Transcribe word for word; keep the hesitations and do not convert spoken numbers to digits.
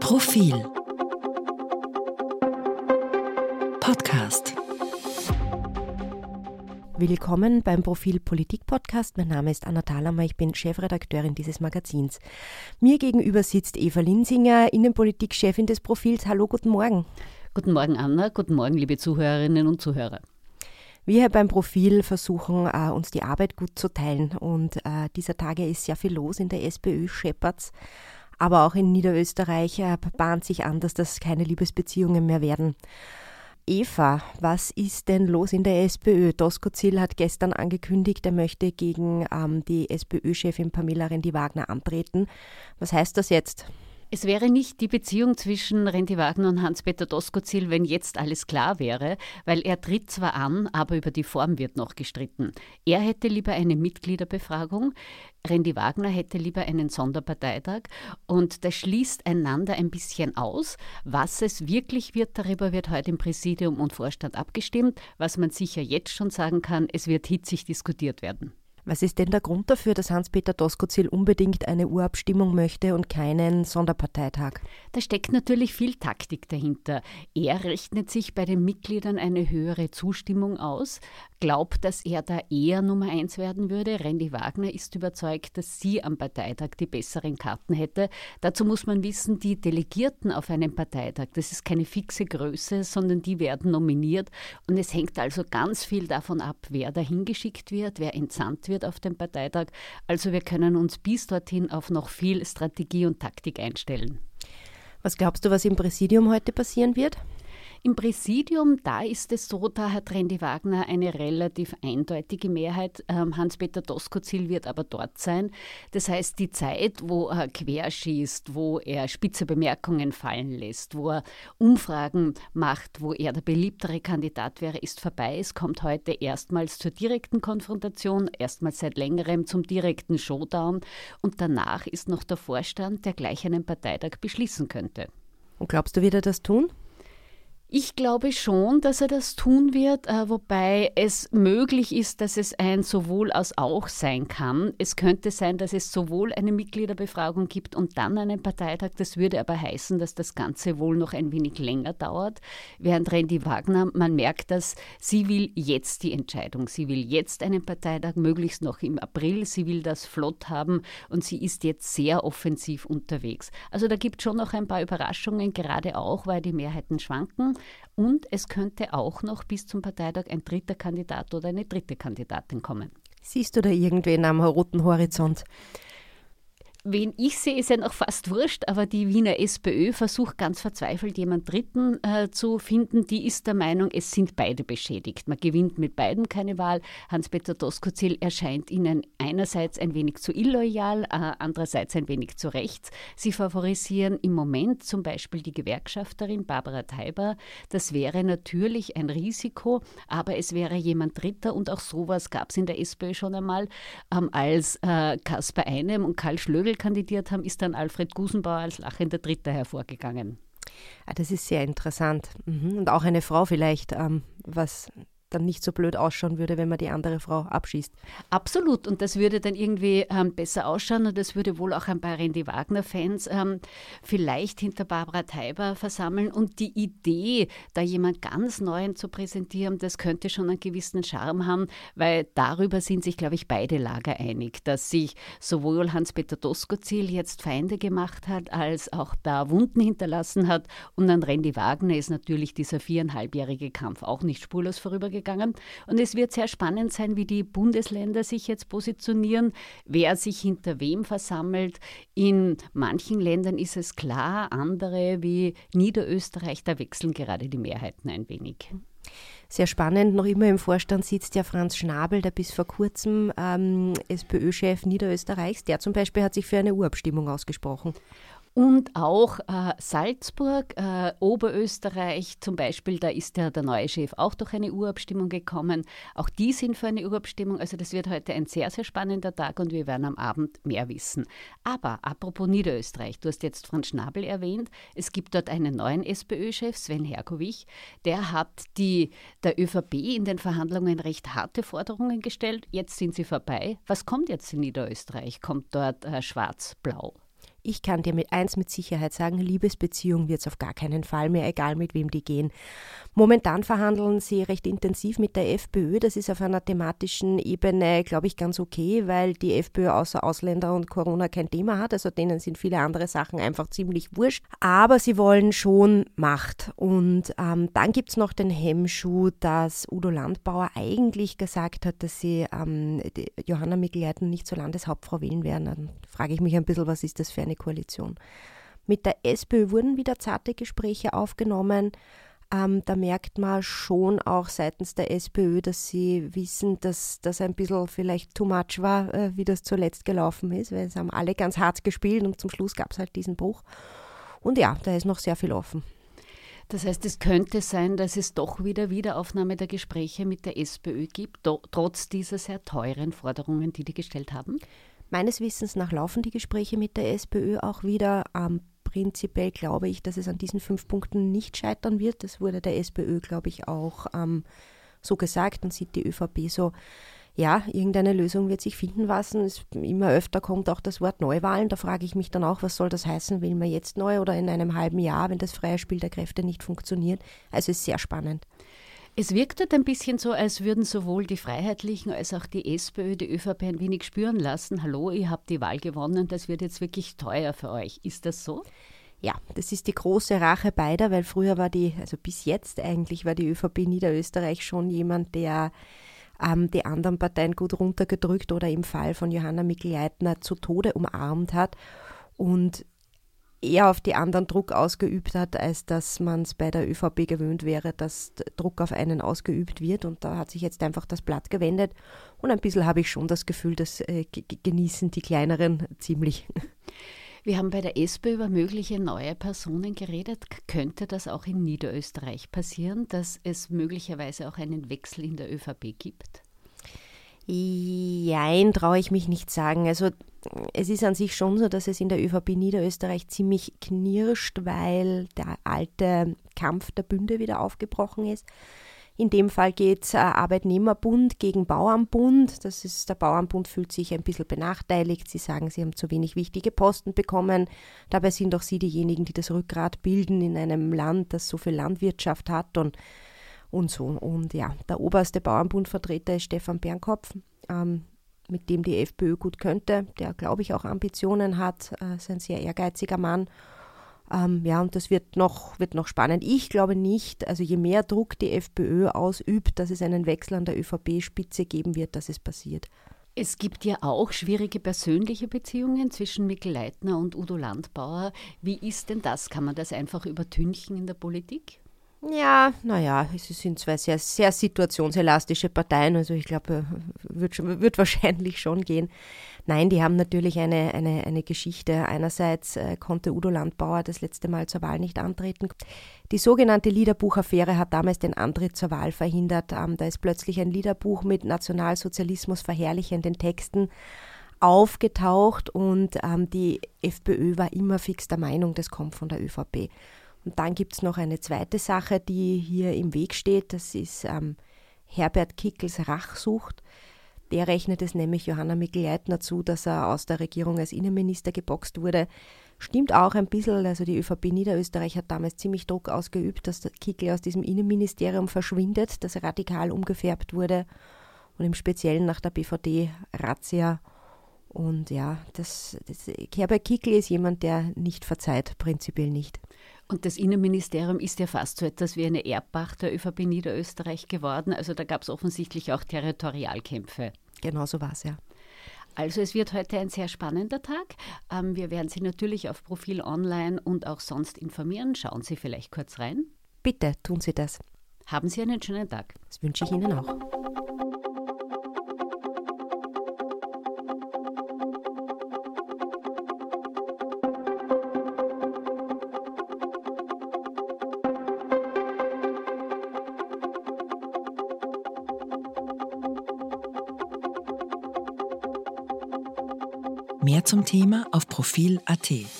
Profil Podcast. Willkommen beim Profil Politik Podcast. Mein Name ist Anna Thalhammer, ich bin Chefredakteurin dieses Magazins. Mir gegenüber sitzt Eva Linsinger, Innenpolitik-Chefin des Profils. Hallo, guten Morgen. Guten Morgen, Anna. Guten Morgen, liebe Zuhörerinnen und Zuhörer. Wir hier beim Profil versuchen, uh, uns die Arbeit gut zu teilen. Und uh, dieser Tage ist sehr viel los in der SPÖ, scheppert's. Aber auch in Niederösterreich uh, bahnt sich an, dass das keine Liebesbeziehungen mehr werden. Eva, was ist denn los in der SPÖ? Doskozil hat gestern angekündigt, er möchte gegen ähm, die SPÖ-Chefin Pamela Rendi-Wagner antreten. Was heißt das jetzt? Es wäre nicht die Beziehung zwischen Rendi-Wagner und Hans-Peter Doskozil, wenn jetzt alles klar wäre, weil er tritt zwar an, aber über die Form wird noch gestritten. Er hätte lieber eine Mitgliederbefragung, Rendi-Wagner hätte lieber einen Sonderparteitag und das schließt einander ein bisschen aus. Was es wirklich wird, darüber wird heute im Präsidium und Vorstand abgestimmt. Was man sicher jetzt schon sagen kann, es wird hitzig diskutiert werden. Was ist denn der Grund dafür, dass Hans-Peter Doskozil unbedingt eine Urabstimmung möchte und keinen Sonderparteitag? Da steckt natürlich viel Taktik dahinter. Er rechnet sich bei den Mitgliedern eine höhere Zustimmung aus, glaubt, dass er da eher Nummer eins werden würde. Rendi-Wagner ist überzeugt, dass sie am Parteitag die besseren Karten hätte. Dazu muss man wissen, die Delegierten auf einem Parteitag, das ist keine fixe Größe, sondern die werden nominiert. Und es hängt also ganz viel davon ab, wer dahin geschickt wird, wer entsandt wird auf dem Parteitag. Also wir können uns bis dorthin auf noch viel Strategie und Taktik einstellen. Was glaubst du, was im Präsidium heute passieren wird? Im Präsidium, da ist es so, da hat Rendi-Wagner eine relativ eindeutige Mehrheit. Ähm, Hans-Peter Doskozil wird aber dort sein. Das heißt, die Zeit, wo er querschießt, wo er spitze Bemerkungen fallen lässt, wo er Umfragen macht, wo er der beliebtere Kandidat wäre, ist vorbei. Es kommt heute erstmals zur direkten Konfrontation, erstmals seit längerem zum direkten Showdown. Und danach ist noch der Vorstand, der gleich einen Parteitag beschließen könnte. Und glaubst du, wird er das tun? Ich glaube schon, dass er das tun wird, äh, wobei es möglich ist, dass es ein sowohl als auch sein kann. Es könnte sein, dass es sowohl eine Mitgliederbefragung gibt und dann einen Parteitag. Das würde aber heißen, dass das Ganze wohl noch ein wenig länger dauert. Während Rendi-Wagner, man merkt, dass sie will jetzt die Entscheidung. Sie will jetzt einen Parteitag, möglichst noch im April. Sie will das flott haben und sie ist jetzt sehr offensiv unterwegs. Also da gibt es schon noch ein paar Überraschungen, gerade auch, weil die Mehrheiten schwanken. Und es könnte auch noch bis zum Parteitag ein dritter Kandidat oder eine dritte Kandidatin kommen. Siehst du da irgendwen am roten Horizont? Wen ich sehe, ist ja noch fast wurscht, aber die Wiener SPÖ versucht ganz verzweifelt, jemanden Dritten äh, zu finden. Die ist der Meinung, es sind beide beschädigt. Man gewinnt mit beiden keine Wahl. Hans-Peter Doskozil erscheint ihnen einerseits ein wenig zu illoyal, äh, andererseits ein wenig zu rechts. Sie favorisieren im Moment zum Beispiel die Gewerkschafterin Barbara Teiber. Das wäre natürlich ein Risiko, aber es wäre jemand Dritter und auch sowas gab es in der SPÖ schon einmal, ähm, als äh, Kaspar Einem und Karl Schlögl kandidiert haben, ist dann Alfred Gusenbauer als lachender Dritter hervorgegangen. Ah, das ist sehr interessant. Mhm. Und auch eine Frau vielleicht, ähm, was dann nicht so blöd ausschauen würde, wenn man die andere Frau abschießt. Absolut. Und das würde dann irgendwie ähm, besser ausschauen und das würde wohl auch ein paar Rendi-Wagner-Fans ähm, vielleicht hinter Barbara Teiber versammeln. Und die Idee, da jemand ganz Neuen zu präsentieren, das könnte schon einen gewissen Charme haben, weil darüber sind sich, glaube ich, beide Lager einig, dass sich sowohl Hans-Peter Doskozil jetzt Feinde gemacht hat, als auch da Wunden hinterlassen hat. Und an Rendi-Wagner ist natürlich dieser viereinhalbjährige Kampf auch nicht spurlos vorübergegangen. Gegangen. Und es wird sehr spannend sein, wie die Bundesländer sich jetzt positionieren, wer sich hinter wem versammelt. In manchen Ländern ist es klar, andere wie Niederösterreich, da wechseln gerade die Mehrheiten ein wenig. Sehr spannend, noch immer im Vorstand sitzt ja Franz Schnabel, der bis vor kurzem ähm, SPÖ-Chef Niederösterreichs, der zum Beispiel hat sich für eine Urabstimmung ausgesprochen. Und auch äh, Salzburg, äh, Oberösterreich zum Beispiel, da ist ja der neue Chef auch durch eine Urabstimmung gekommen. Auch die sind für eine Urabstimmung. Also das wird heute ein sehr, sehr spannender Tag und wir werden am Abend mehr wissen. Aber apropos Niederösterreich, du hast jetzt Franz Schnabel erwähnt. Es gibt dort einen neuen SPÖ-Chef, Sven Hergovich. Der hat die, der ÖVP in den Verhandlungen recht harte Forderungen gestellt. Jetzt sind sie vorbei. Was kommt jetzt in Niederösterreich? Kommt dort äh, schwarz-blau? Ich kann dir mit eins mit Sicherheit sagen, Liebesbeziehung wird es auf gar keinen Fall mehr, egal mit wem die gehen. Momentan verhandeln sie recht intensiv mit der FPÖ. Das ist auf einer thematischen Ebene, glaube ich, ganz okay, weil die FPÖ außer Ausländer und Corona kein Thema hat. Also denen sind viele andere Sachen einfach ziemlich wurscht. Aber sie wollen schon Macht. Und ähm, dann gibt es noch den Hemmschuh, dass Udo Landbauer eigentlich gesagt hat, dass sie ähm, Johanna Mikl-Leitner nicht zur Landeshauptfrau wählen werden. Dann frage ich mich ein bisschen, was ist das für eine Koalition? Mit der SPÖ wurden wieder zarte Gespräche aufgenommen. Ähm, da merkt man schon auch seitens der SPÖ, dass sie wissen, dass das ein bisschen vielleicht too much war, äh, wie das zuletzt gelaufen ist, weil es haben alle ganz hart gespielt und zum Schluss gab es halt diesen Bruch. Und ja, da ist noch sehr viel offen. Das heißt, es könnte sein, dass es doch wieder Wiederaufnahme der Gespräche mit der SPÖ gibt, do, trotz dieser sehr teuren Forderungen, die die gestellt haben? Meines Wissens nach laufen die Gespräche mit der SPÖ auch wieder. Ähm, prinzipiell glaube ich, dass es an diesen fünf Punkten nicht scheitern wird. Das wurde der SPÖ, glaube ich, auch ähm, so gesagt. Dann sieht die ÖVP so, ja, irgendeine Lösung wird sich finden lassen. Es, immer öfter kommt auch das Wort Neuwahlen. Da frage ich mich dann auch, was soll das heißen? Will man jetzt neu oder in einem halben Jahr, wenn das freie Spiel der Kräfte nicht funktioniert? Also es ist sehr spannend. Es wirkt halt ein bisschen so, als würden sowohl die Freiheitlichen als auch die SPÖ die ÖVP ein wenig spüren lassen. Hallo, ihr habt die Wahl gewonnen, das wird jetzt wirklich teuer für euch. Ist das so? Ja, das ist die große Rache beider, weil früher war die, also bis jetzt eigentlich, war die ÖVP Niederösterreich schon jemand, der ähm, die anderen Parteien gut runtergedrückt oder im Fall von Johanna Mikl-Leitner zu Tode umarmt hat und eher auf die anderen Druck ausgeübt hat, als dass man es bei der ÖVP gewöhnt wäre, dass Druck auf einen ausgeübt wird. Und da hat sich jetzt einfach das Blatt gewendet. Und ein bisschen habe ich schon das Gefühl, das äh, g- genießen die Kleineren ziemlich. Wir haben bei der SPÖ über mögliche neue Personen geredet. K- könnte das auch in Niederösterreich passieren, dass es möglicherweise auch einen Wechsel in der ÖVP gibt? Jein, traue ich mich nicht sagen. Also es ist an sich schon so, dass es in der ÖVP Niederösterreich ziemlich knirscht, weil der alte Kampf der Bünde wieder aufgebrochen ist. In dem Fall geht es äh, Arbeitnehmerbund gegen Bauernbund. Das ist, der Bauernbund fühlt sich ein bisschen benachteiligt. Sie sagen, sie haben zu wenig wichtige Posten bekommen. Dabei sind doch sie diejenigen, die das Rückgrat bilden in einem Land, das so viel Landwirtschaft hat und Und so. Und ja, der oberste Bauernbundvertreter ist Stefan Bernkopf, ähm, mit dem die FPÖ gut könnte, der, glaube ich, auch Ambitionen hat, äh, ist ein sehr ehrgeiziger Mann. Ähm, ja, und das wird noch, wird noch spannend. Ich glaube nicht, also je mehr Druck die FPÖ ausübt, dass es einen Wechsel an der ÖVP-Spitze geben wird, dass es passiert. Es gibt ja auch schwierige persönliche Beziehungen zwischen Mikl-Leitner und Udo Landbauer. Wie ist denn das? Kann man das einfach übertünchen in der Politik? Ja, naja, es sind zwei sehr, sehr situationselastische Parteien, also ich glaube, wird, schon, wird wahrscheinlich schon gehen. Nein, die haben natürlich eine, eine, eine Geschichte. Einerseits äh, konnte Udo Landbauer das letzte Mal zur Wahl nicht antreten. Die sogenannte Liederbuchaffäre hat damals den Antritt zur Wahl verhindert. Ähm, da ist plötzlich ein Liederbuch mit Nationalsozialismus verherrlichenden Texten aufgetaucht und ähm, die FPÖ war immer fix der Meinung, das kommt von der ÖVP. Und dann gibt es noch eine zweite Sache, die hier im Weg steht. Das ist ähm, Herbert Kickls Rachsucht. Der rechnet es nämlich Johanna Mikl-Leitner zu, dass er aus der Regierung als Innenminister geboxt wurde. Stimmt auch ein bisschen. Also die ÖVP Niederösterreich hat damals ziemlich Druck ausgeübt, dass der Kickl aus diesem Innenministerium verschwindet, dass er radikal umgefärbt wurde. Und im Speziellen nach der B V D-Razzia. Und ja, das, das, Herbert Kickl ist jemand, der nicht verzeiht, prinzipiell nicht. Und das Innenministerium ist ja fast so etwas wie eine Erbpacht der ÖVP Niederösterreich geworden. Also da gab es offensichtlich auch Territorialkämpfe. Genau so war es, ja. Also es wird heute ein sehr spannender Tag. Ähm, wir werden Sie natürlich auf Profil Online und auch sonst informieren. Schauen Sie vielleicht kurz rein. Bitte, tun Sie das. Haben Sie einen schönen Tag. Das wünsche ich Ihnen auch. Mehr zum Thema auf Profil Punkt at.